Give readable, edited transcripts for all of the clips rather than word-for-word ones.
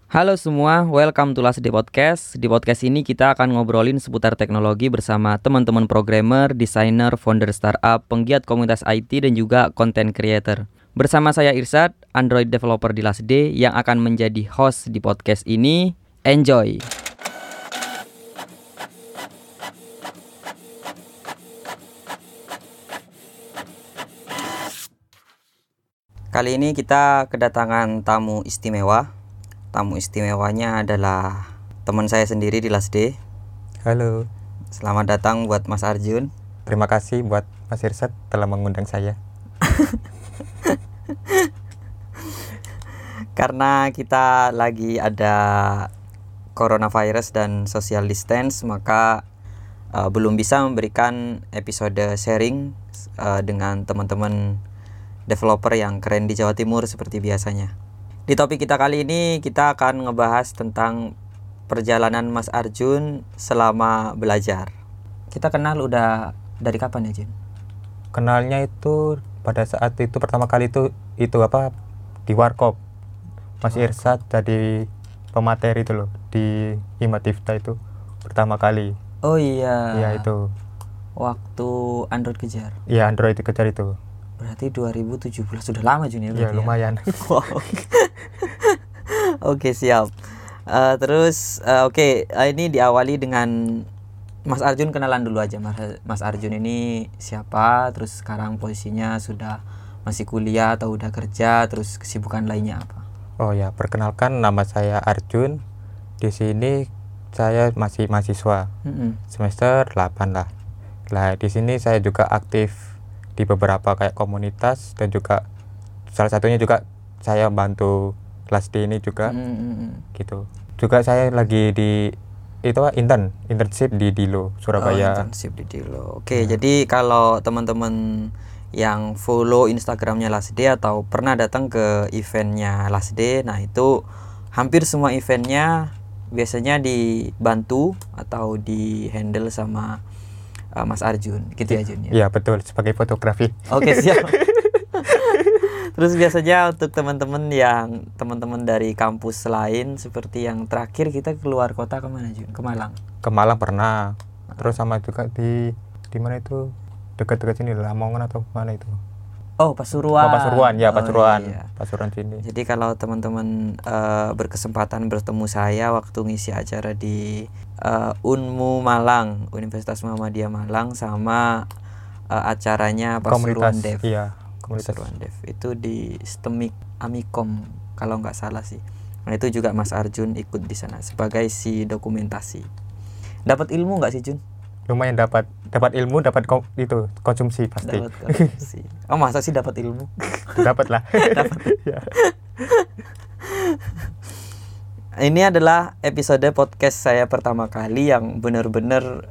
Halo semua, welcome to Last Day Podcast. Di podcast ini kita akan ngobrolin seputar teknologi bersama teman-teman programmer, desainer, founder startup, penggiat komunitas IT, dan juga content creator. Bersama saya Irsad, Android developer di Last Day yang akan menjadi host di podcast ini. Enjoy! Kali ini kita kedatangan tamu istimewa. Tamu istimewanya adalah teman saya sendiri di Last Day. Halo, Selamat datang buat Mas Arjun. terima kasih buat Mas Irsad telah mengundang saya. Karena kita lagi ada coronavirus dan social distance, maka belum bisa memberikan episode sharing dengan teman-teman developer yang keren di Jawa Timur seperti biasanya. Di topik kita kali ini kita akan ngebahas tentang perjalanan Mas Arjun selama belajar. Kita kenal udah dari kapan ya, Jun? Kenalnya itu pada saat itu pertama kali itu di Warkop. Mas Irsad jadi pemateri itu loh di Himatifta itu pertama kali. Oh iya. Iya itu. Waktu Android kejar. Iya Android dikejar itu. Berarti 2017 sudah lama Jun ya? Iya lumayan. Wow. Oke, siap. Terus ini diawali dengan Mas Arjun, kenalan dulu aja. Mas Arjun ini siapa? Terus sekarang posisinya sudah masih kuliah atau udah kerja? Terus kesibukan lainnya apa? Oh ya, perkenalkan nama saya Arjun. Di sini saya masih mahasiswa semester 8 lah. Lah di sini saya juga aktif di beberapa kayak komunitas dan juga salah satunya juga saya bantu Last Day ini juga gitu. Juga saya lagi di internship di Dilo Surabaya. Internship di Dilo. Oke, jadi kalau teman-teman yang follow Instagramnya Last Day atau pernah datang ke eventnya Last Day, nah itu hampir semua eventnya biasanya dibantu atau di handle sama Mas Arjun, gitu ya Jun ya? Iya betul, sebagai fotografi. Oke, siap. Terus biasanya untuk teman-teman dari kampus lain, seperti yang terakhir kita keluar kota kemana Jun? Ke Malang. Ke Malang pernah. Terus sama juga di mana itu dekat-dekat sini Lamongan atau mana itu? Oh, Pasuruan. Pasuruan ya, Pasuruan. Iya. Pasuruan sini. Jadi kalau teman-teman berkesempatan bertemu saya waktu ngisi acara di Unmu Malang, Universitas Muhammadiyah Malang, sama acaranya Pasuruan Komunitas, Dev. iya, komunitas. Pasuruan Dev itu di STEMIC Amikom kalau nggak salah sih. Nah itu juga Mas Arjun ikut di sana sebagai si dokumentasi. Dapat ilmu nggak sih Jun? Lumayan dapat ilmu, dapat konsumsi pasti. Dapat konsumsi. Oh masa sih dapat ilmu? Dapat lah. Dapat. Ya. Ini adalah episode podcast saya pertama kali yang benar-benar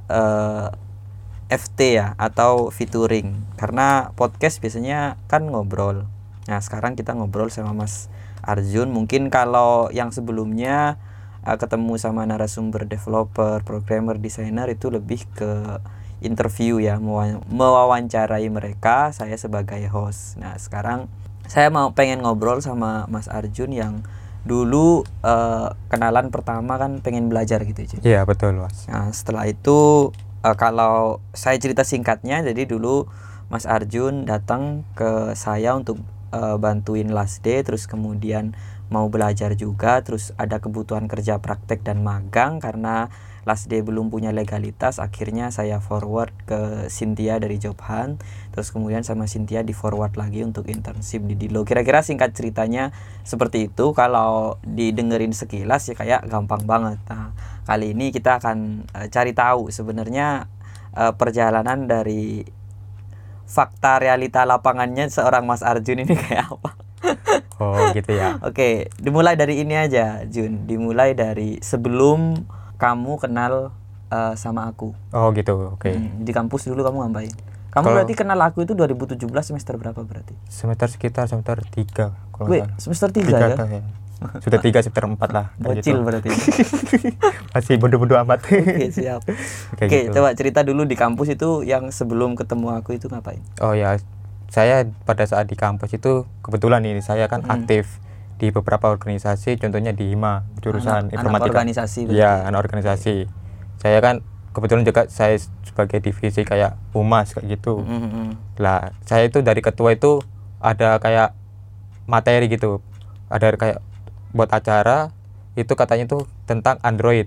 FT ya, atau featuring. Karena podcast biasanya kan ngobrol. Nah sekarang kita ngobrol sama Mas Arjun. Mungkin kalau yang sebelumnya ketemu sama narasumber developer, programmer, desainer, itu lebih ke interview ya, mewawancarai mereka, saya sebagai host. Nah sekarang saya pengen ngobrol sama Mas Arjun yang dulu kenalan pertama kan pengen belajar gitu aja. Iya betul Mas. Nah setelah itu kalau saya cerita singkatnya, jadi dulu Mas Arjun datang ke saya untuk bantuin Last Day, terus kemudian mau belajar juga, terus ada kebutuhan kerja praktek dan magang. Karena Last Day belum punya legalitas, akhirnya saya forward ke Cynthia dari Job Hunt, terus kemudian sama Cynthia di forward lagi untuk internship di Dilo. Kira-kira singkat ceritanya seperti itu. Kalau didengerin sekilas ya kayak gampang banget. Nah kali ini kita akan cari tahu sebenarnya perjalanan dari fakta realita lapangannya seorang Mas Arjun ini kayak apa. Oh gitu ya. Oke, dimulai dari ini aja Jun. Dimulai dari sebelum kamu kenal sama aku. Oh gitu, oke. Di kampus dulu kamu ngapain? Kamu berarti kenal aku itu 2017 semester berapa berarti? Semester 3 kalau Wih, salah. semester 3 ya? Ya. Sudah 3 semester 4 lah. Bocil gitu. berarti. Masih bodoh-bodoh amat. Oke, siap. Oke, gitu. coba cerita dulu di kampus itu yang sebelum ketemu aku itu ngapain? Oh ya, saya pada saat di kampus itu kebetulan ini saya kan aktif di beberapa organisasi, contohnya di HIMA jurusan informatika. Organisasi. Iya, anak organisasi. Saya kan kebetulan juga saya sebagai divisi kayak humas kayak gitu. Lah, saya itu dari ketua itu ada kayak materi gitu. Ada kayak buat acara itu katanya itu tentang Android.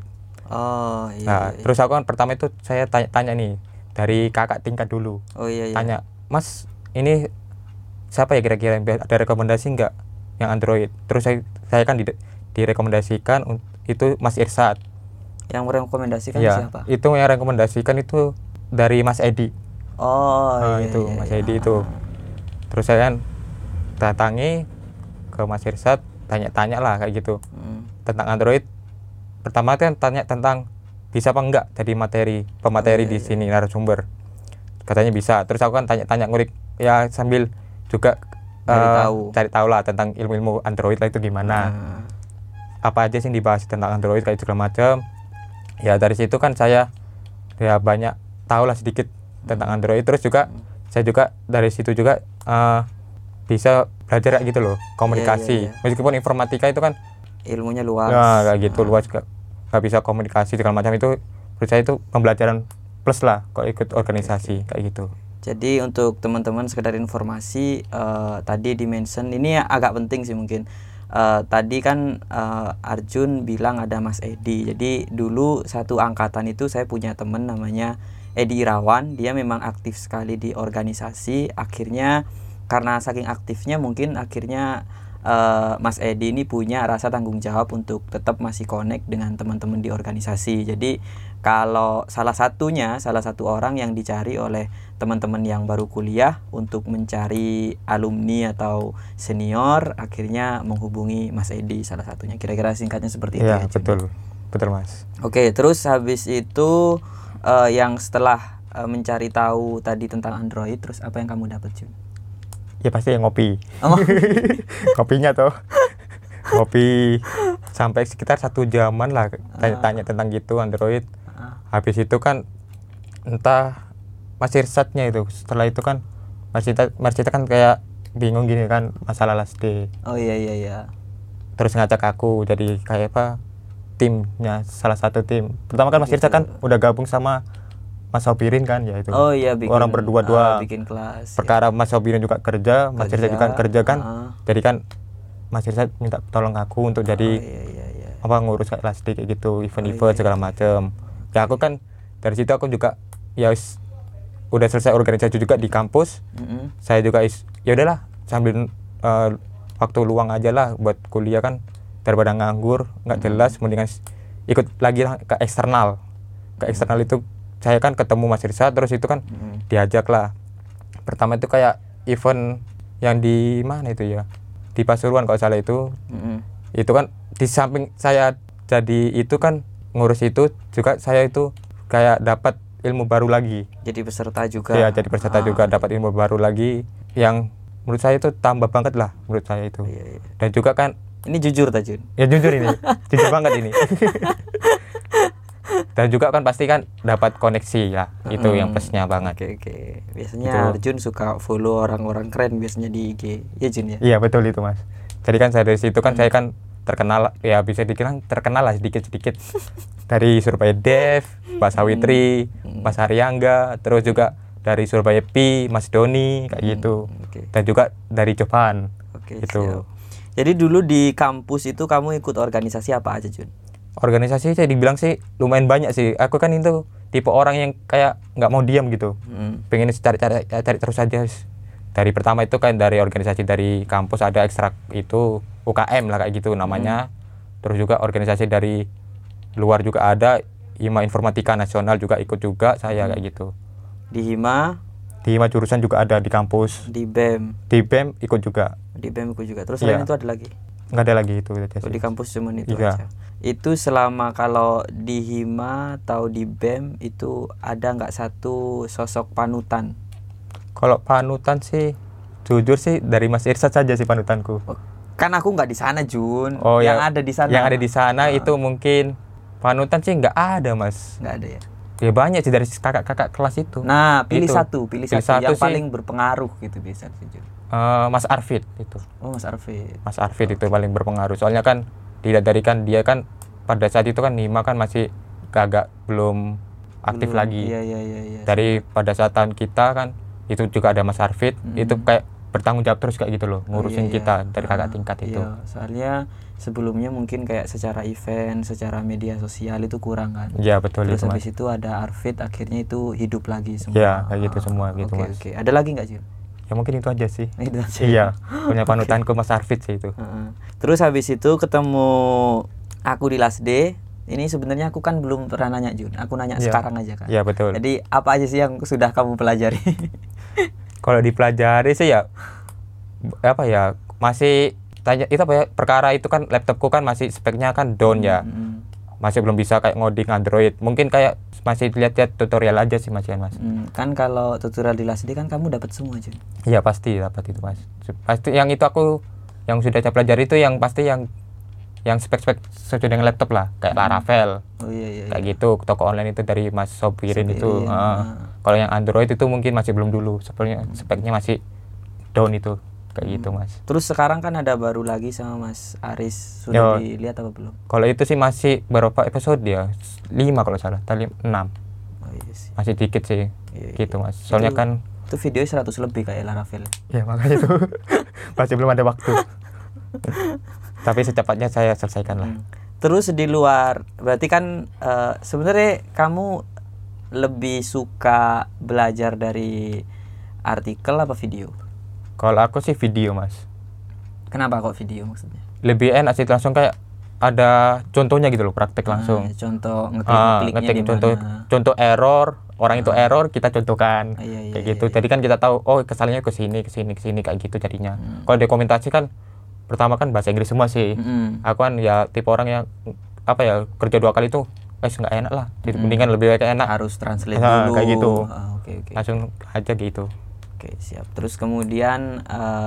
Oh iya. Nah, terus aku kan pertama itu saya tanya nih dari kakak tingkat dulu. Oh iya. Tanya, Mas, ini siapa ya kira-kira yang ada rekomendasi nggak yang Android? Terus saya kan direkomendasikan itu Mas Irsad. Yang merekomendasikan ya, siapa? Itu yang rekomendasikan itu dari Mas Edi. Oh iya, itu iya, Mas Edi itu. Terus saya kan datangi ke Mas Irsad, tanya-tanya lah kayak gitu tentang Android. Pertama kan tanya tentang bisa apa enggak jadi pemateri di sini narasumber. Katanya bisa. Terus aku kan tanya-tanya ngulik ya sambil juga cari tahu lah tentang ilmu-ilmu Android lah itu gimana. Apa aja sih yang dibahas tentang Android kayak segala macam. Ya dari situ kan saya ya banyak tahu lah sedikit tentang Android. Terus juga saya juga dari situ juga bisa belajar kayak gitu loh, komunikasi. Meskipun informatika itu kan ilmunya luas. Nah, kayak gitu luas, nggak bisa komunikasi segala macam itu. Menurut saya itu pembelajaran plus lah kalau ikut organisasi kayak gitu. Jadi untuk teman-teman sekedar informasi, tadi di-mention ini agak penting sih mungkin. Tadi kan Arjun bilang ada Mas Edi. Jadi dulu satu angkatan itu saya punya teman namanya Edi Irawan. Dia memang aktif sekali di organisasi. Akhirnya karena saking aktifnya mungkin akhirnya Mas Edi ini punya rasa tanggung jawab untuk tetap masih connect dengan teman-teman di organisasi. Jadi kalau salah satu orang yang dicari oleh teman-teman yang baru kuliah untuk mencari alumni atau senior, akhirnya menghubungi Mas Edi salah satunya. Kira-kira singkatnya seperti itu ya. Betul Mas. Oke, terus habis itu yang setelah mencari tahu tadi tentang Android, terus apa yang kamu dapat, Jun? Ya pasti yang ngopi. Kopinya tuh ngopi sampai sekitar 1 jaman lah tanya tentang gitu Android. Habis itu kan entah Mas Irsadnya itu setelah itu kan Mas Irsa kan kayak bingung gini kan masalah last day. Oh iya. Terus ngajak aku jadi kayak apa timnya, salah satu tim. Pertama kan Mas Irsa kan udah gabung sama Mas Sobirin kan ya itu. Oh iya, orang berdua bikin kelas. Perkara ya. Mas Sobirin juga kerja, Mas Irsa juga kerja kan. Jadi kan Mas Irsa minta tolong aku untuk jadi apa ngurus kayak last day kayak gitu, event-event segala macam. Ya aku kan dari situ aku juga ya udah selesai organisasi juga di kampus. Saya juga ya udahlah sambil waktu luang aja lah buat kuliah kan, daripada nganggur nggak jelas, mendingan ikut lagi ke eksternal. Ke eksternal itu saya kan ketemu Mas Irsa, terus itu kan diajak lah. Pertama itu kayak event yang di mana itu ya, di Pasuruan kalau salah itu. Itu kan di samping saya jadi itu kan ngurus itu juga, saya itu kayak dapat ilmu baru lagi. Jadi peserta juga. Iya, jadi peserta juga dapat ilmu baru lagi yang menurut saya itu tambah banget lah menurut saya itu. Dan juga kan ini jujur Tajun. Ya jujur ini. Jujur banget ini. Dan juga kan pasti kan dapat koneksi ya. Itu yang plusnya banget. Oke. Biasanya Arjun suka follow orang-orang keren biasanya di IG. Ya Jun ya? Iya, betul itu Mas. Jadi kan saya dari situ kan saya kan terkenal, ya bisa dibilang terkenal lah sedikit-sedikit. Dari Surabaya Dev, Pak Sawitri, Mas Haryangga, terus juga dari Surabaya Pi, Mas Doni kayak gitu. Dan juga dari Jovan. Itu. Siap. Jadi dulu di kampus itu kamu ikut organisasi apa aja, Jun? Organisasi saya dibilang sih lumayan banyak sih. Aku kan itu tipe orang yang kayak nggak mau diam gitu. Pengen cari terus aja. Dari pertama itu kan dari organisasi dari kampus ada ekstrak itu UKM lah kayak gitu namanya. Terus juga organisasi dari luar juga ada, HIMA Informatika Nasional juga ikut juga saya kayak gitu. Di HIMA jurusan juga ada di kampus. Di BEM ikut juga. Di BEM ikut juga. Terus selain itu ada lagi? Nggak ada lagi itu. Di kampus cuman itu aja. Itu selama kalau di HIMA atau di BEM itu ada nggak satu sosok panutan? Kalau panutan sih jujur sih dari Mas Irsad saja sih panutanku. Kan aku nggak di sana, Jun. Oh, yang ada di sana. Yang ada di sana itu mungkin panutan sih nggak ada, Mas. Nggak ada ya? Ya banyak sih dari kakak-kakak kelas itu. Nah, pilih itu. satu yang paling berpengaruh gitu bisa sih, Jun. Mas Arvid itu. Oh, Mas Arvid. Mas Arvid itu paling berpengaruh. Soalnya kan dilihat dari kan dia kan pada saat itu kan Nima kan masih agak belum aktif lagi. Iya. Dari pada saat tahun kita kan itu juga ada Mas Arvid, itu kayak bertanggung jawab terus kayak gitu loh, ngurusin kita dari kakak tingkat itu. Iya, soalnya sebelumnya mungkin kayak secara event, secara media sosial itu kurang kan. Iya betul. Terus itu habis Mas. itu ada Arvid, akhirnya itu hidup lagi semua. Iya kayak gitu semua gitu Oke, Mas. oke. Ada lagi nggak Jun? Ya mungkin itu aja sih. Itu aja. Iya, punya panutanku Mas Arvid sih itu. Terus habis itu ketemu aku di Last Day. Ini sebenarnya aku kan belum pernah nanya Jun. Aku nanya Iya. sekarang aja kan. Iya betul. Jadi apa aja sih yang sudah kamu pelajari? Kalau dipelajari sih ya apa ya, masih tanya itu apa ya, perkara itu kan laptopku kan masih speknya kan down ya. Masih belum bisa kayak ngoding Android. Mungkin kayak masih lihat-lihat tutorial aja sih Mas Ian, Mas. Kan kalau tutorial di Last Day kan kamu dapat semua Jun. Iya pasti dapat itu Mas. Pasti yang itu aku yang sudah saya pelajari itu yang pasti yang spek-spek sesuai dengan laptop lah, kayak Laravel. Oh iya. Kayak gitu, toko online itu dari Mas Sobirin itu. Kalau yang Android itu mungkin masih belum dulu. Sebenarnya speknya masih down itu. Kayak gitu Mas. Terus sekarang kan ada baru lagi sama Mas Aris, sudah dilihat apa belum? Kalau itu sih masih berapa episode ya? 5 kalau salah, tadi 6. Oh iya sih. Masih dikit sih. Iya. Gitu Mas. Soalnya kan itu video 100 lebih kayak Laravel. ya makanya itu masih belum ada waktu. Tapi secepatnya saya selesaikan lah. Terus di luar, berarti kan sebenarnya kamu lebih suka belajar dari artikel apa video? Kalau aku sih video Mas. Kenapa kok video maksudnya? Lebih enak sih, langsung kayak ada contohnya gitu loh, praktek langsung. Contoh ngetik-ngetiknya di mana? Contoh error, orang itu error kita contohkan. Iya, kayak gitu. Jadi kan kita tahu oh kesalahannya ke sini kayak gitu jadinya. Kalau dokumentasi kan pertama kan bahasa Inggris semua sih. Aku kan ya tipe orang yang apa ya, kerja 2 kali itu nggak enak lah. Jadi mendingan lebih baik enak harus translate dulu. kayak gitu. Oke. Langsung aja gitu. Oke, siap. Terus kemudian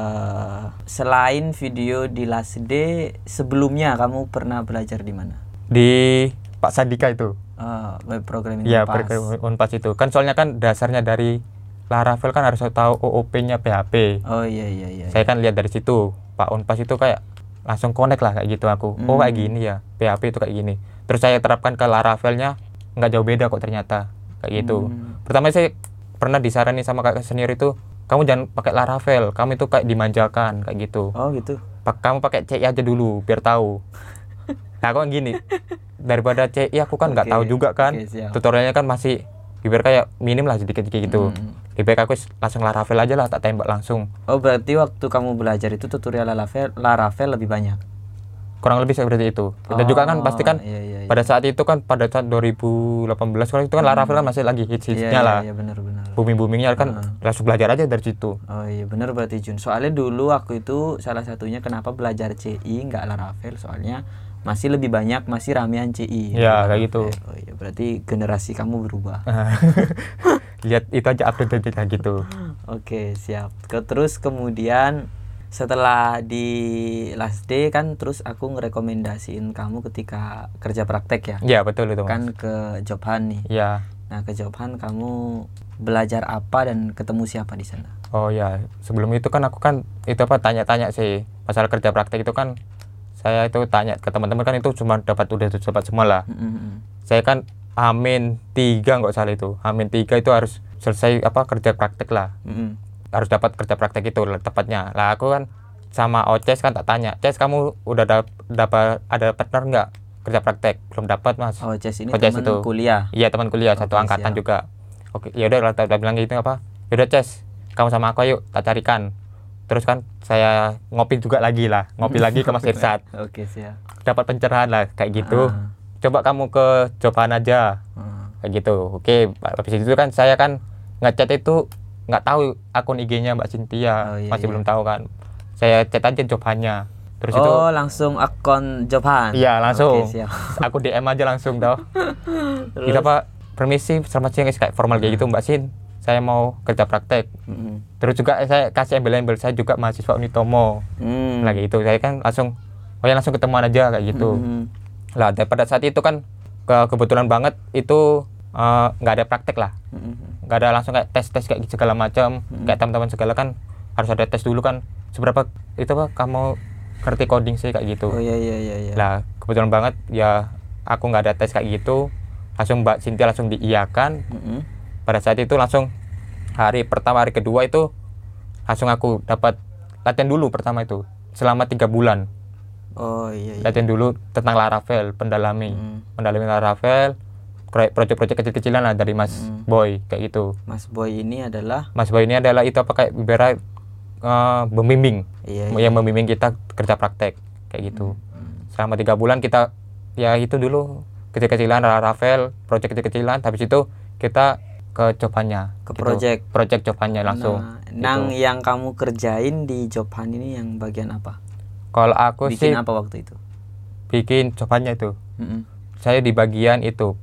selain video di Last Day, sebelumnya kamu pernah belajar di mana? Di Pak Sandika itu. Web programming Iya, Unpas. Unpas itu. Kan soalnya kan dasarnya dari Laravel kan harus tahu OOP-nya PHP. Oh iya. Saya kan lihat dari situ. Pak Unpas itu kayak langsung connect lah kayak gitu aku. Oh kayak gini ya, PHP itu kayak gini. Terus saya terapkan ke Laravelnya, nggak jauh beda kok ternyata kayak gitu. Pertama saya pernah disarani sama kakak senior itu, kamu jangan pakai Laravel, kamu itu kayak dimanjakan kayak gitu. Oh gitu. Kamu pakai CI aja dulu biar tahu. Nah kok gini, daripada CI aku kan nggak tahu juga kan. Tutorialnya kan masih biar kayak minim lah sedikit gitu. Lebih baik aku langsung Laravel aja lah, tak tembak langsung. Oh berarti waktu kamu belajar itu tutorial Laravel lebih banyak? Kurang lebih seperti itu. Dan juga kan pasti kan iya. pada saat itu kan pada saat 2018 kalau itu kan Laravel kan masih lagi hits-hitsnya lah. Iya benar. Booming-boomingnya kan langsung belajar aja dari situ. Oh iya benar berarti Jun. Soalnya dulu aku itu salah satunya kenapa belajar CI nggak Laravel, soalnya masih lebih banyak masih ramean CI. Iya kayak gitu. Oh iya berarti generasi kamu berubah. Lihat itu aja update aja gitu. Oke siap. Terus kemudian setelah di Last Day kan terus aku ngerekomendasiin kamu ketika kerja praktek ya. Iya betul itu Mas. Kan ke Jobhan nih. Iya. Nah ke Jobhan kamu belajar apa dan ketemu siapa di sana? Oh ya, sebelum itu kan aku kan itu apa tanya-tanya sih masalah kerja praktek itu kan saya itu tanya ke teman-teman kan itu udah dapat semua lah. Saya kan Amin 3 nggak salah itu. Amin 3 itu harus selesai apa kerja praktek lah. Harus dapat kerja praktek itu tepatnya. Lah aku kan sama Oces kan tak tanya, "Ces kamu udah dapat ada partner nggak kerja praktek?" Belum dapat Mas. Oces ini Oces teman itu kuliah. Iya teman kuliah satu angkatan juga. Oke ya udah kita bilang gitu apa, yaudah Ces kamu sama aku yuk tak carikan. Terus kan saya ngopi lagi ke Mas Irsat. Oke siap. Dapat pencerahan lah kayak gitu. Coba kamu ke Jobhan aja kayak gitu. Oke habis itu kan saya kan ngechat itu nggak tahu akun IG-nya Mbak Cynthia. Masih belum tahu kan. Saya chat aja Jobhannya. Terus itu langsung akun Jobhan. Iya langsung. Oke, siap. Aku DM aja langsung dah. Kita Pak permisi selamat siang guys kayak formal kayak gitu Mbak Sin. Saya mau kerja praktek. Terus juga saya kasih embel-embel saya juga mahasiswa Unitomo. Lagi itu saya kan langsung langsung ketemuan aja kayak gitu. Lah pada saat itu kan kebetulan banget itu nggak ada praktek lah. Nggak ada langsung kayak tes kayak segala macam kayak teman-teman segala kan harus ada tes dulu kan, seberapa itu apa kamu ngerti coding sih kayak gitu. Oh iya. Lah kebetulan banget ya aku nggak ada tes kayak gitu, langsung Mbak Cynthia langsung diiyakan. Pada saat itu langsung hari pertama hari kedua itu langsung aku dapat latihan dulu pertama itu selama 3 bulan. Oh iya. Latihan dulu tentang Laravel, pendalami Laravel, proyek-proyek kecil-kecilan lah dari Mas Boy kayak gitu. Mas Boy ini adalah itu apa kayak ibarat membimbing, yang membimbing kita kerja praktek kayak gitu. Selama 3 bulan kita ya itu dulu kecil-kecilan Laravel, proyek kecil-kecilan, habis itu kita ke jobannya, ke gitu. Project jobannya langsung. Nah, yang kamu kerjain di joban ini yang bagian apa? Kalau aku bikin sih apa waktu itu? Bikin jobannya itu. Saya di bagian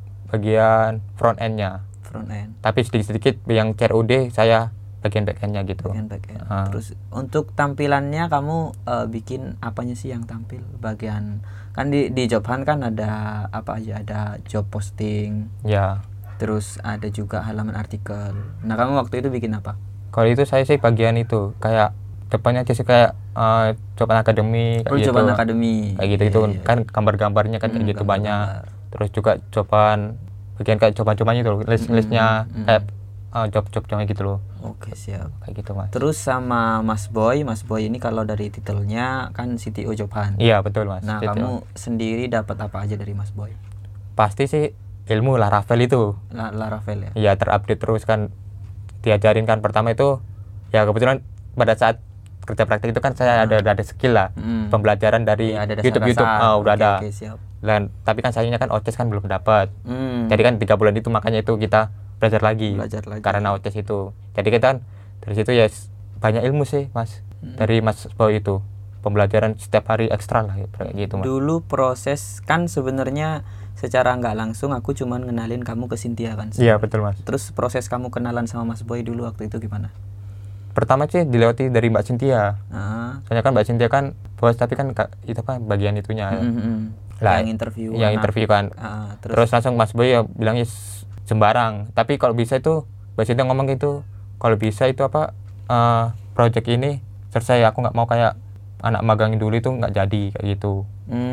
front end-nya. Front end. Tapi sedikit-sedikit yang CRUD saya bagian back end-nya gitu. Bagian back end. Terus untuk tampilannya kamu bikin apanya sih yang tampil? Bagian kan di joban kan ada apa aja? Ada job posting. Ya. Terus ada juga halaman artikel. Nah, kamu waktu itu bikin apa? Kalau itu saya sih bagian itu kayak depannya aja sih kayak Joban Academy kayak gitu. Joban Academy. Kayak gitu itu kan gambar-gambarnya kan kayak gitu banyak. Terus juga bagian kayak coba-cobanya itu list-listnya kayak job-jobnya gitu loh. Oke, siap. Kayak gitu, Mas. Terus sama Mas Boy ini kalau dari titelnya kan CTO Joban. Iya, betul, Mas. Nah, CTO. kamu sendiri dapat apa aja dari Mas Boy? Pasti sih ilmu Laravel itu. Laravel ya. Iya, terupdate terus kan, diajarin kan pertama itu ya kebetulan pada saat kerja praktek itu kan saya ada skill lah, pembelajaran dari YouTube udah ada. Siap. Dan tapi kan sayangnya kan OCES kan belum dapat. Jadi kan 3 bulan itu makanya itu kita belajar lagi. Karena OCES itu. Jadi kita kan dari situ ya banyak ilmu sih, Mas. Dari Mas Boy itu. Pembelajaran setiap hari ekstra lah kayak gitu, Mas. Dulu proses kan sebenarnya secara nggak langsung aku cuman ngenalin kamu ke Cynthia kan. Iya, betul, Mas. Terus proses kamu kenalan sama Mas Boy dulu waktu itu gimana? Pertama sih dilewati dari Mbak Cynthia. Soalnya kan Mbak Cynthia kan bos tapi kan itu kan bagian itunya. Lah, yang interview kan. Terus langsung Mas Boy ya bilangnya sembarang. Tapi kalau bisa itu Mbak Cynthia ngomong gitu, kalau bisa itu apa project ini selesai, aku nggak mau kayak anak magang dulu itu nggak jadi kayak gitu.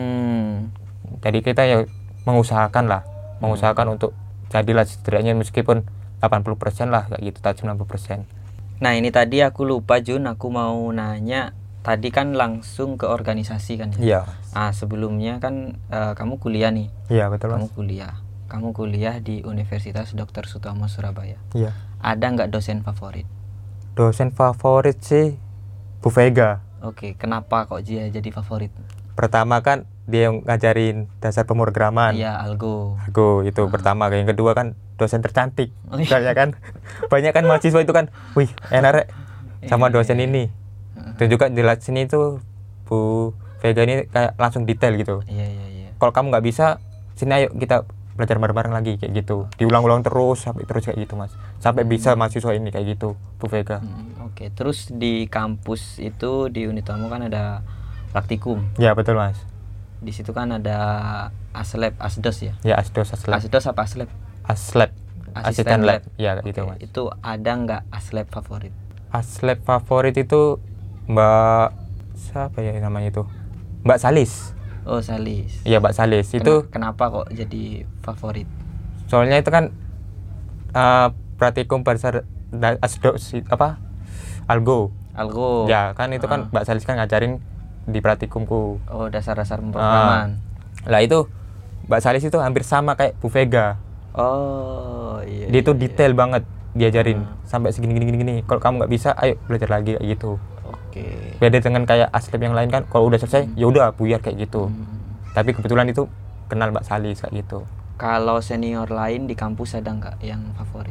Jadi kita ya mengusahakan untuk jadilah setidaknya meskipun 80% lah kayak gitu, tak 90%. Nah, ini tadi aku lupa Jun, aku mau nanya, tadi kan langsung ke organisasi kan ya? Iya. Sebelumnya kan kamu kuliah nih. Iya, betul, Mas. Kamu kuliah di Universitas Dr. Sutomo Surabaya. Iya. Ada nggak dosen favorit? Dosen favorit sih Bu Vega. Oke, kenapa kok dia jadi favorit? Pertama kan dia yang ngajarin dasar pemrograman. Iya, Algo itu pertama. Yang kedua kan dosen tercantik. Soalnya kan banyak kan mahasiswa itu kan, wih enak sama dosen ini. Dan juga di sini itu Bu Vega ini kayak langsung detail gitu. Iya. Kalau kamu nggak bisa, sini ayo kita belajar bareng-bareng lagi kayak gitu. Diulang-ulang terus sampai terus kayak gitu, Mas. Sampai bisa mahasiswa ini kayak gitu, Bu Vega. Oke, terus di kampus itu di Unitomo kan ada praktikum. Ya, betul, Mas. Di situ kan ada Asdos ya? Ya, Asdos apa Aslab? Asisten lab. Ya, gitu, Mas. Itu ada nggak Aslab favorit? Aslab favorit itu Mbak siapa ya namanya itu? Mbak Salis. Oh, Salis. Iya, Mbak Salis. Itu kenapa kok jadi favorit? Soalnya itu kan praktikum besar Asdos apa? Algo. Ya, kan itu kan Mbak Salis kan ngajarin di praktikumku. Oh, dasar-dasar pemrograman. Lah itu Mbak Salis itu hampir sama kayak Bu Vega. Oh, iya. Dia itu detail banget diajarin sampai segini. Kalau kamu nggak bisa, ayo belajar lagi kayak gitu. Oke. Beda dengan kayak Aslab yang lain kan, kalau udah selesai ya udah buyar kayak gitu. Tapi kebetulan itu kenal Mbak Salis kayak gitu. Kalau senior lain di kampus ada nggak yang favorit?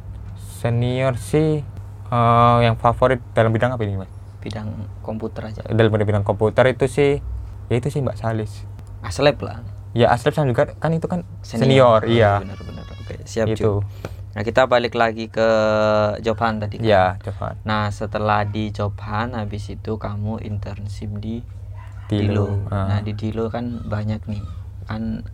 Senior sih yang favorit dalam bidang apa ini, Mas? Bidang komputer aja. Dalam bidang komputer itu sih, ya itu sih Mbak Salis. Aslab lah. Ya, Aslab sama juga kan itu kan senior. Iya. Benar. Oke, siap itu. Nah, kita balik lagi ke Jobhan tadi kan? Ya, Jobhan. Nah, setelah di Jobhan, habis itu kamu internship di Dilo. Nah, di Dilo kan banyak nih. Kan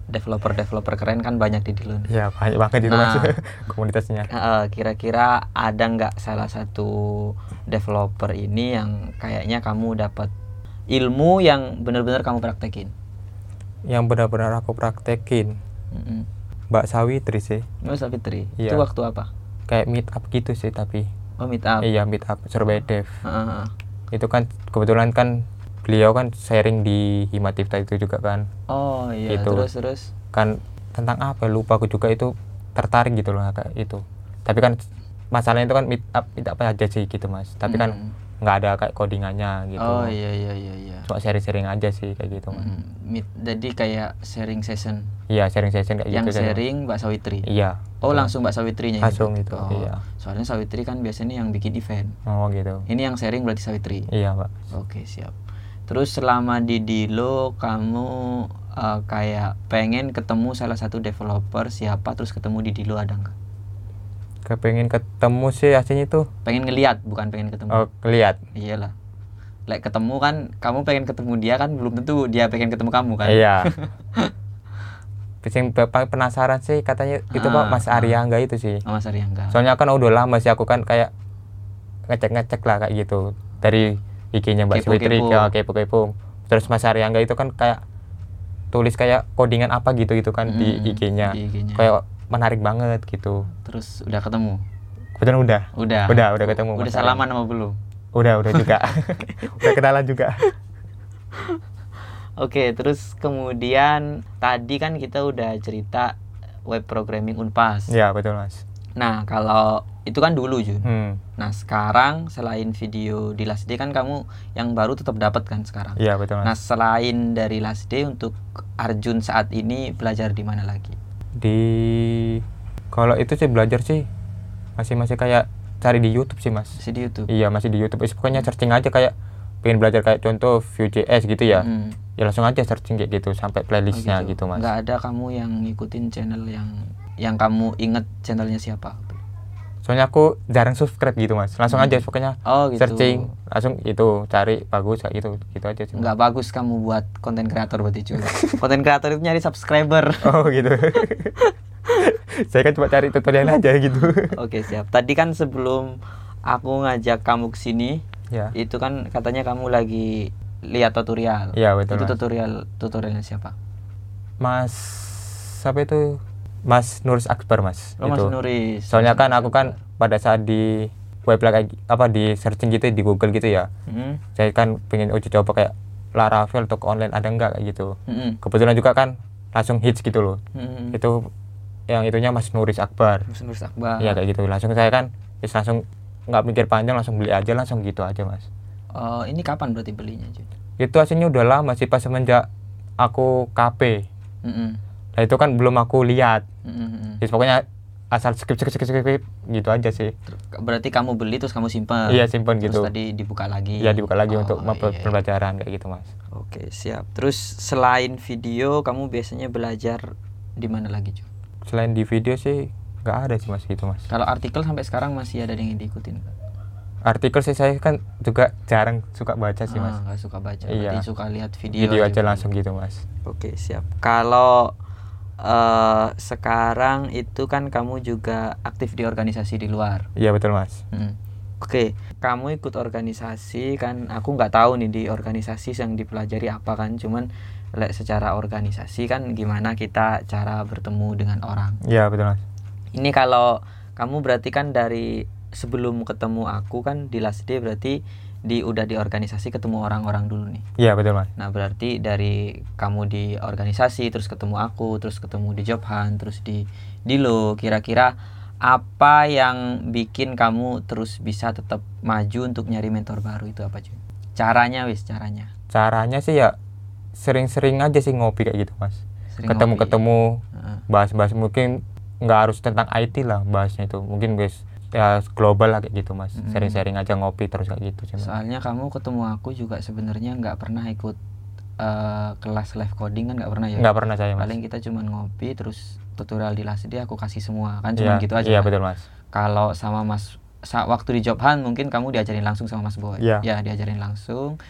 developer keren kan banyak di Dilo. Ya banyak banget itu Mas komunitasnya. Kira-kira ada nggak salah satu developer ini yang kayaknya kamu dapat ilmu yang benar-benar kamu praktekin? Yang benar-benar aku praktekin Mbak Sawitri sih. Mbak Sawitri. Iya. Itu waktu apa? Kayak meet up gitu sih tapi. Oh, meet up. Iya, meet up Surabaya Dev. Itu kan kebetulan kan beliau kan sharing di Himatifta itu juga kan. Oh iya, gitu. terus Kan tentang apa lupa aku juga, itu tertarik gitu loh kayak itu. Tapi kan masalahnya itu kan meet up aja sih gitu Mas. Tapi kan nggak ada kayak codingannya gitu. Oh iya. Cuma sharing aja sih kayak gitu Mas. Jadi kayak sharing session. Iya, sharing session kayak yang gitu. Yang sharing Mbak Sawitri. Iya. Oh, langsung Mbak Sawitrinya. Langsung itu. Oh, iya. Soalnya Sawitri kan biasanya yang bikin event. Oh gitu. Ini yang sharing berarti Sawitri. Iya, Pak. Oke, siap. Terus selama di Dilo kamu kayak pengen ketemu salah satu developer siapa, terus ketemu di Dilo ada nggak? Kepengen ketemu sih aslinya tuh. Pengen ngeliat, bukan pengen ketemu. Oh, ngeliat. Iyalah. Ketemu kan, kamu pengen ketemu dia kan belum tentu dia pengen ketemu kamu kan? Iya. Yang penasaran sih katanya itu Pak Mas Aryangga itu sih. Oh, Mas Aryangga. Soalnya kan udah lama sih aku kan kayak ngecek lah kayak gitu dari IG-nya Mbak Sawitri, kepo-kepo. Terus Mas Aryangga itu kan kayak tulis kayak codingan apa gitu kan di IG-nya. Kayak menarik banget gitu. Terus udah ketemu? Kebetulan udah ketemu. Udah salaman sama belum? Udah juga. Udah kenalan juga. Oke, terus kemudian tadi kan kita udah cerita web programming Unpas. Iya, betul Mas. Nah, kalau itu kan dulu Jun. Nah, sekarang selain video di Last Day kan kamu yang baru tetap dapat kan sekarang? Iya, betul Mas. Nah, selain dari Last Day untuk Arjun saat ini belajar di mana lagi? Kalau itu sih belajar sih masih kayak cari di YouTube sih Mas. Masih di YouTube? Iya, masih di YouTube. Pokoknya searching aja kayak pengen belajar kayak contoh Vue.js gitu ya. Ya langsung aja searching kayak gitu sampai playlistnya gitu Mas. Nggak ada kamu yang ngikutin channel yang kamu inget channelnya siapa? Soalnya aku jarang subscribe gitu Mas. Langsung aja pokoknya gitu. Searching langsung itu cari bagus kayak gitu aja sih. Nggak bagus kamu buat konten kreator berarti cuy. Konten kreator itu nyari subscriber. Oh gitu. Saya kan cuma cari tutorial aja gitu. Oke, siap. Tadi kan sebelum aku ngajak kamu ke sini, ya. Itu kan katanya kamu lagi lihat tutorial. Iya, betul. Itu tutorialnya siapa? Mas siapa itu? Mas Nuris Akbar Mas. Oh, Mas Nuris. Soalnya kan aku kan pada saat di web di searching gitu di Google gitu ya. Saya kan pengen uji coba kayak Laravel untuk online ada enggak kayak gitu. Kebetulan juga kan langsung hits gitu loh. Itu yang itunya Mas Nuris Akbar. Mas Nuris Akbar. Iya kayak gitu. Langsung saya kan langsung nggak mikir panjang langsung beli aja langsung gitu aja Mas. Ini kapan berarti belinya Jun? Itu aslinya udah lama sih pas semenjak aku KP. Nah itu kan belum aku lihat. Jadi pokoknya asal skip gitu aja sih. Berarti kamu beli terus kamu simpan? Iya simpan gitu. Terus tadi dibuka lagi? Iya dibuka lagi untuk pembelajaran kayak gitu Mas. Oke siap. Terus selain video kamu biasanya belajar di mana lagi Jun? Selain di video sih nggak ada sih Mas gitu Mas. Kalau artikel sampai sekarang masih ada yang diikutin? Artikel sih saya kan juga jarang suka baca sih Mas. Nggak suka baca, iya. Berarti suka lihat video aja langsung gitu Mas. Oke siap. Kalau sekarang itu kan kamu juga aktif di organisasi di luar? Iya betul Mas. Oke, kamu ikut organisasi kan, aku nggak tahu nih di organisasi yang dipelajari apa kan, cuman secara organisasi kan gimana kita cara bertemu dengan orang. Iya betul Mas. Ini kalau kamu berarti kan dari sebelum ketemu aku kan di Last Day berarti udah di organisasi ketemu orang-orang dulu nih. Iya betul Mas. Nah berarti dari kamu di organisasi terus ketemu aku, terus ketemu di Job Hunt, terus di Dilo, kira-kira apa yang bikin kamu terus bisa tetap maju untuk nyari mentor baru itu apa Jun? Caranya Caranya sih ya sering-sering aja sih ngopi kayak gitu Mas. Ketemu bahas-bahas mungkin nggak harus tentang IT lah bahasnya itu, mungkin guys ya global lah kayak gitu Mas. Sharing-sharing aja ngopi terus kayak gitu sih. Soalnya kamu ketemu aku juga sebenarnya nggak pernah ikut kelas live coding kan, nggak pernah ya? Nggak pernah saya Mas. Paling kita cuma ngopi terus tutorial di Last Day aku kasih semua kan, cuma gitu aja. Iya betul Mas. Kalau sama Mas waktu di Job Hunt mungkin kamu diajarin langsung sama Mas Boy. Ya diajarin langsung.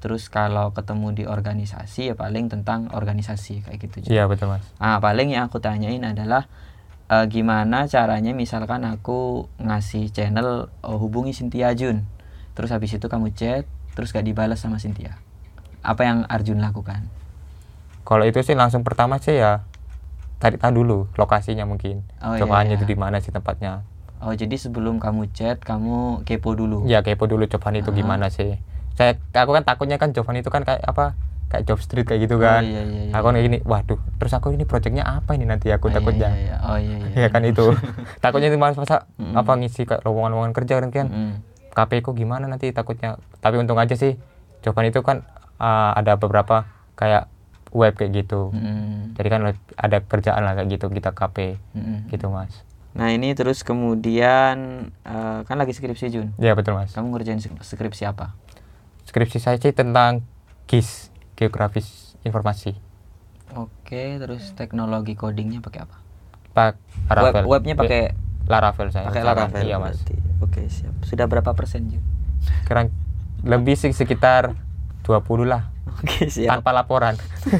Terus kalau ketemu di organisasi ya paling tentang organisasi kayak gitu. Iya betul Mas. Paling yang aku tanyain adalah gimana caranya misalkan aku ngasih channel hubungi Cynthia Jun. Terus habis itu kamu chat, terus gak dibalas sama Cynthia. Apa yang Arjun lakukan? Kalau itu sih langsung pertama sih ya cari tahu dulu lokasinya mungkin. Cobaan itu di mana sih tempatnya. Oh, jadi sebelum kamu chat, kamu kepo dulu. Ya, kepo dulu cobaan itu gimana sih. Aku kan takutnya kan cobaan itu kan kayak apa? Kayak job street kayak gitu kan. Aku kayak gini, waduh, terus aku ini projectnya apa ini nanti aku takutnya. Ya kan itu. Takutnya itu masa apa ngisi kayak lowongan-lowongan kerja kan. KP ku gimana nanti takutnya. Tapi untung aja sih cobaan itu kan ada beberapa kayak web kayak gitu. Jadi kan ada kerjaan lah kayak gitu kita KP gitu Mas. Nah ini terus kemudian kan lagi skripsi Jun. Iya betul Mas. Kamu ngerjain skripsi apa? Skripsi saya sih tentang GIS, geografis informasi. Oke, terus teknologi codingnya pakai apa? Laravel. Webnya pakai Laravel saya. Pakai Laravel. Iya Mas. Oke siap. Sudah berapa persen Jun? Sekarang lebih sih sekitar 20 lah. Oke siap. Tanpa laporan.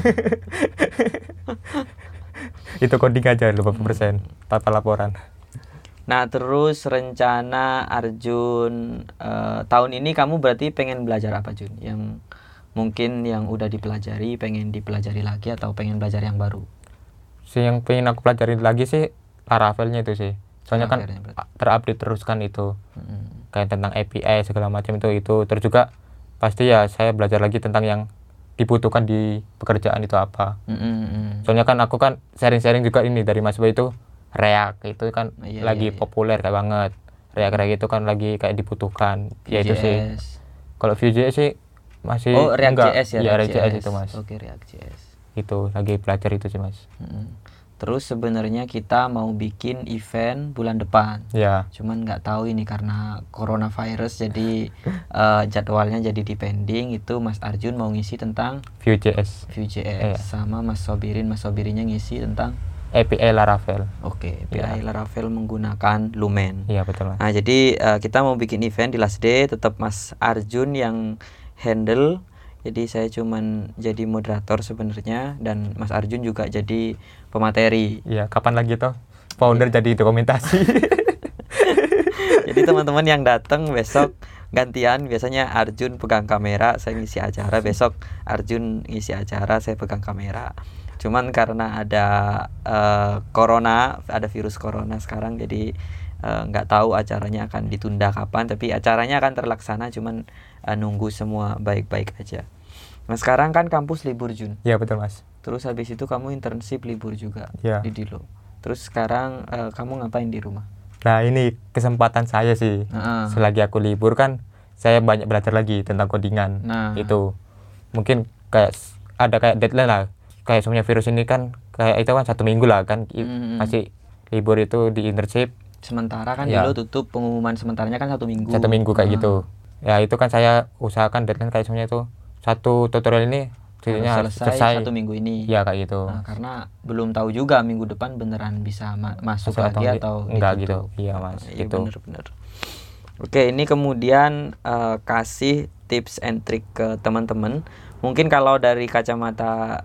Itu coding aja 20% tanpa laporan. Nah terus rencana Arjun tahun ini kamu berarti pengen belajar apa Jun? Yang mungkin yang udah dipelajari pengen dipelajari lagi atau pengen belajar yang baru? Yang pengen aku pelajari lagi sih Laravelnya itu sih. Soalnya kan terupdate terus kan itu. Kayak tentang API segala macam itu. Terus juga pasti ya saya belajar lagi tentang yang dibutuhkan di pekerjaan itu apa. Soalnya kan aku kan sharing-sharing juga ini dari mahasiswa itu React itu kan lagi populer kayak banget. React itu kan lagi kayak dibutuhkan. Ya itu sih. Kalau Vue.js sih masih React.js ya. Iya React.js itu Mas. Oke React.js. Itu lagi belajar itu sih Mas. Terus sebenarnya kita mau bikin event bulan depan. Ya. Cuman nggak tahu ini karena coronavirus jadi jadwalnya jadi dipending. Itu Mas Arjun mau ngisi tentang Vue.js. Sama Mas Sobirinnya ngisi tentang API Laravel. Oke, API Laravel menggunakan Lumen. Iya betul Mas. Nah jadi kita mau bikin event di last day, tetap Mas Arjun yang handle. Jadi saya cuman jadi moderator sebenarnya dan Mas Arjun juga jadi pemateri. Iya, kapan lagi toh founder jadi dokumentasi. Jadi teman-teman yang datang besok gantian, biasanya Arjun pegang kamera, saya ngisi acara, besok Arjun ngisi acara, saya pegang kamera. Cuman karena ada corona, ada virus corona sekarang, jadi nggak tahu acaranya akan ditunda kapan, tapi acaranya akan terlaksana, cuman nunggu semua baik-baik aja. Nah sekarang kan kampus libur Jun. Iya betul Mas. Terus habis itu kamu internship libur juga di Dilo. Terus sekarang kamu ngapain di rumah? Nah ini kesempatan saya sih. Selagi aku libur kan saya banyak belajar lagi tentang codingan. Itu mungkin kayak ada kayak deadline lah. Kayak semuanya virus ini kan kayak itu kan 1 minggu lah kan masih libur itu di internship. Sementara kan Dilo tutup, pengumuman sementaranya kan 1 minggu. 1 minggu kayak gitu. Ya itu kan saya usahakan deadline kayak semuanya itu satu tutorial ini selesai 1 minggu ini. Ya kayak gitu. Nah, karena belum tahu juga minggu depan beneran bisa masuk lagi atau enggak gitu. Iya Mas. Gitu. Bener. Oke, ini kemudian kasih tips and trick ke teman-teman. Mungkin kalau dari kacamata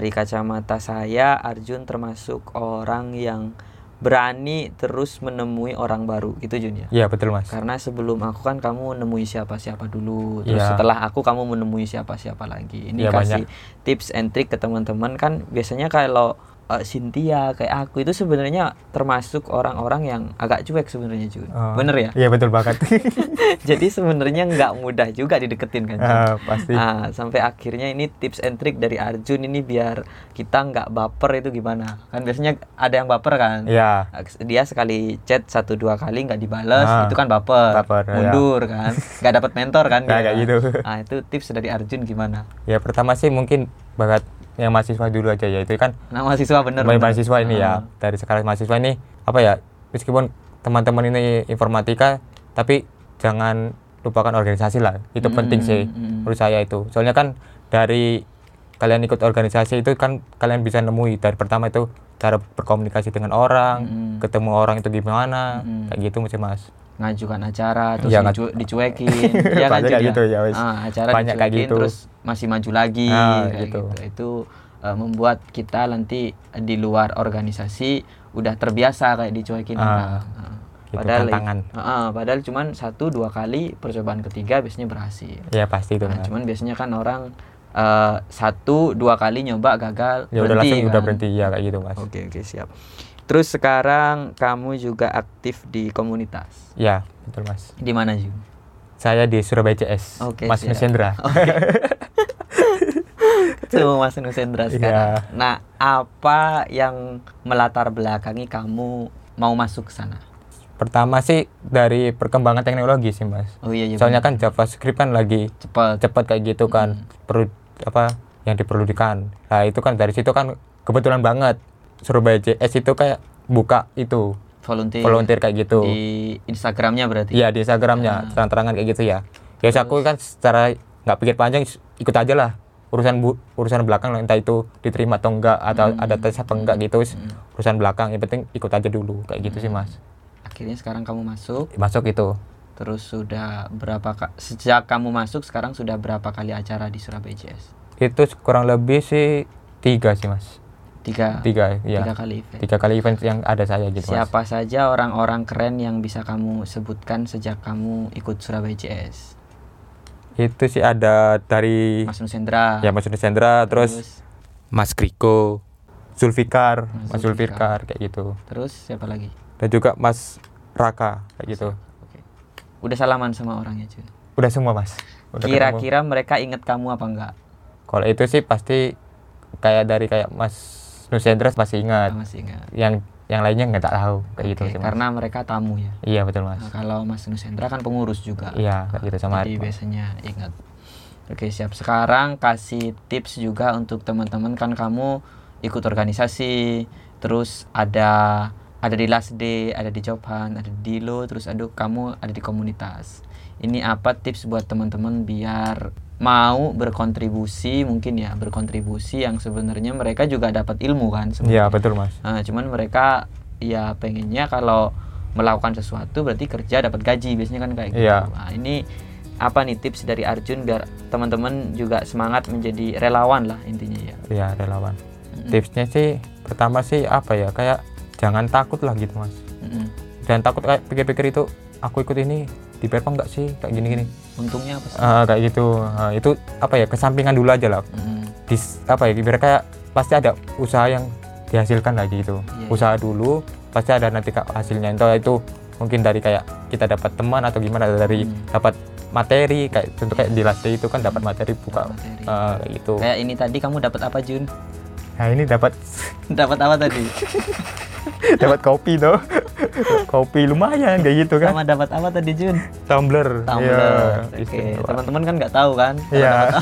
saya, Arjun termasuk orang yang berani terus menemui orang baru gitu Jun ya? Iya betul Mas. Karena sebelum aku kan kamu menemui siapa-siapa dulu, terus setelah aku kamu menemui siapa-siapa lagi. Ini kasih banyak tips and trick ke teman-teman. Kan biasanya kalau Cynthia kayak aku itu sebenarnya termasuk orang-orang yang agak cuek sebenarnya Jun. Bener ya? Iya betul banget. Jadi sebenarnya nggak mudah juga dideketin kan Jun. Pasti. Sampai akhirnya ini tips and trick dari Arjun ini biar kita nggak baper itu gimana? Kan biasanya ada yang baper kan? Iya. Dia sekali chat 1-2 kali nggak dibalas, itu kan baper mundur kan? Nggak dapat mentor kan? Kayak gitu. Itu tips dari Arjun gimana? Ya pertama sih mungkin banget yang mahasiswa dulu aja ya, itu kan mahasiswa bener. Mahasiswa ini ya, dari sekarang mahasiswa ini apa ya, meskipun teman-teman ini informatika tapi jangan lupakan organisasi lah, itu penting sih menurut saya itu. Soalnya kan dari kalian ikut organisasi itu kan kalian bisa nemui dari pertama itu cara berkomunikasi dengan orang, ketemu orang itu gimana, kayak gitu mesti Mas. ngajukan acara terus Ya, dicuekin ya kan Banyak Jun, gitu ya, wes. acara Banyak kayak dicuekin gitu. terus masih maju lagi kayak gitu. Itu membuat kita nanti di luar organisasi udah terbiasa kayak dicuekin orang. Gitu, Padahal tantangan. padahal cuman 1-2 kali, percobaan ketiga biasanya berhasil. Ya pasti itu. Cuman biasanya kan orang 1-2 kali nyoba gagal Ya udah berhenti langsung kan. udah berhenti ya kayak gitu Mas. Oke siap. Terus sekarang kamu juga aktif di komunitas. Ya betul Mas. Di mana Jun? Saya di Surabaya CS. Oke, Mas siap. Nusendra. Ketemu Mas Nusendra sekarang. Iya. Nah, apa yang melatar belakangi kamu mau masuk ke sana? Pertama sih dari perkembangan teknologi sih Mas. Oh iya Soalnya kan JavaScript kan lagi cepat kayak gitu kan. Perlu apa yang diperlukan. Nah, itu kan dari situ kan kebetulan banget Surabaya CS itu kayak buka itu volunteer kayak gitu. Di Instagramnya berarti? Iya, di Instagramnya terang-terangan kayak gitu ya. Ya aku kan secara nggak pikir panjang ikut aja lah. Urusan belakang lah, entah itu diterima atau enggak atau ada tes apa enggak gitu. Urusan belakang yang penting ikut aja dulu kayak gitu sih Mas. Akhirnya sekarang kamu masuk itu. Terus sudah sejak kamu masuk sekarang sudah berapa kali acara di Surabaya CS? Itu kurang lebih sih 3 sih Mas. 3 ya. 3 kali event. 3 kali event yang ada saya gitu Mas. Siapa saja orang-orang keren yang bisa kamu sebutkan sejak kamu ikut Surabaya CS? Itu sih ada dari Mas Nusendra. Ya Mas Nusendra, terus Mas Kriko, Zulfikar, Mas Zulfikar kayak gitu. Terus siapa lagi? Dan juga Mas Raka kayak gitu. Oke. Udah salaman sama orangnya Jun? Udah semua Mas. Kira-kira mereka inget kamu apa enggak? Kalau itu sih pasti kayak Mas Nusendra masih ingat. Masih ingat. Yang lainnya nggak tahu kayak gitu sih Mas. Karena mereka tamu ya. Iya betul Mas. Nah, kalau Mas Nusendra kan pengurus juga. Iya kayak gitu sama. Jadi biasanya ingat. Oke siap. Sekarang kasih tips juga untuk teman-teman, kan kamu ikut organisasi, terus ada di Last Day, ada di Job Hunt, ada di Dilo, terus kamu ada di komunitas. Ini apa tips buat teman-teman biar mau berkontribusi yang sebenarnya mereka juga dapat ilmu kan sebenarnya. Iya betul Mas. Cuman mereka ya pengennya kalau melakukan sesuatu berarti kerja dapat gaji, biasanya kan kayak gitu. Iya. Nah, ini apa nih tips dari Arjun biar teman-teman juga semangat menjadi relawan lah intinya ya. Iya relawan. Tipsnya sih pertama sih apa ya, kayak jangan takut lah gitu Mas. Jangan takut kayak pikir-pikir itu aku ikut ini dibayar apa enggak sih kayak gini-gini. Untungnya apa sih? Kayak gitu. Itu apa ya, kesampingan dulu aja lah. Biar kayak pasti ada usaha yang dihasilkan lagi gitu. Usaha dulu pasti ada nanti hasilnya. Entah itu mungkin dari kayak kita dapat teman atau gimana, dari dapat materi kayak contoh kayak di Last Day itu kan dapat materi buka kayak gitu. Kayak ini tadi kamu dapat apa Jun? Nah ini dapat apa tadi? dapat kopi tuh. Kopi lumayan kayak gitu kan. Sama dapat apa tadi Jun? Tumbler. Ya, oke. Teman-teman kan nggak tahu kan? Iya.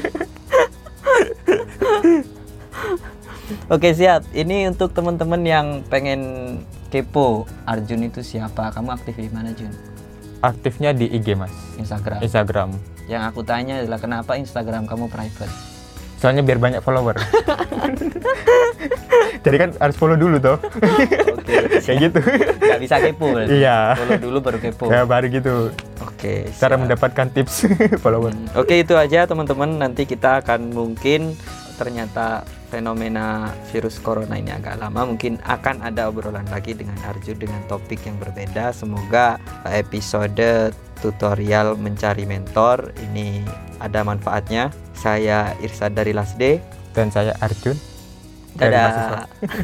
Oke siap. Ini untuk teman-teman yang pengen kepo Arjun itu siapa? Kamu aktif di mana Jun? Aktifnya di IG Mas. Instagram. Yang aku tanya adalah kenapa Instagram kamu private? Soalnya biar banyak follower. Jadi kan harus follow dulu toh. Oke. Kayak gitu. Gak bisa kepo berarti. Iya. Follow dulu baru kepo. Ya baru gitu. Oke. Cara mendapatkan tips follower. Oke, itu aja teman-teman. Nanti kita akan mungkin ternyata fenomena virus corona ini agak lama, mungkin akan ada obrolan lagi dengan Arjun dengan topik yang berbeda. Semoga episode tutorial mencari mentor ini ada manfaatnya. Saya Irsad dari Last Day. Dan saya Arjun dari mahasiswa.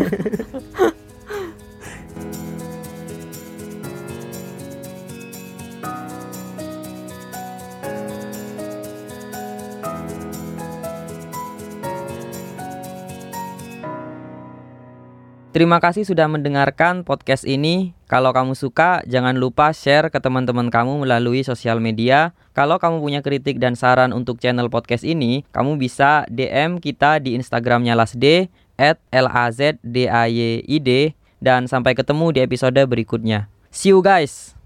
Terima kasih sudah mendengarkan podcast ini. Kalau kamu suka, jangan lupa share ke teman-teman kamu melalui sosial media. Kalau kamu punya kritik dan saran untuk channel podcast ini, kamu bisa DM kita di Instagramnya Lasday @LAZDAYID. Dan sampai ketemu di episode berikutnya. See you guys!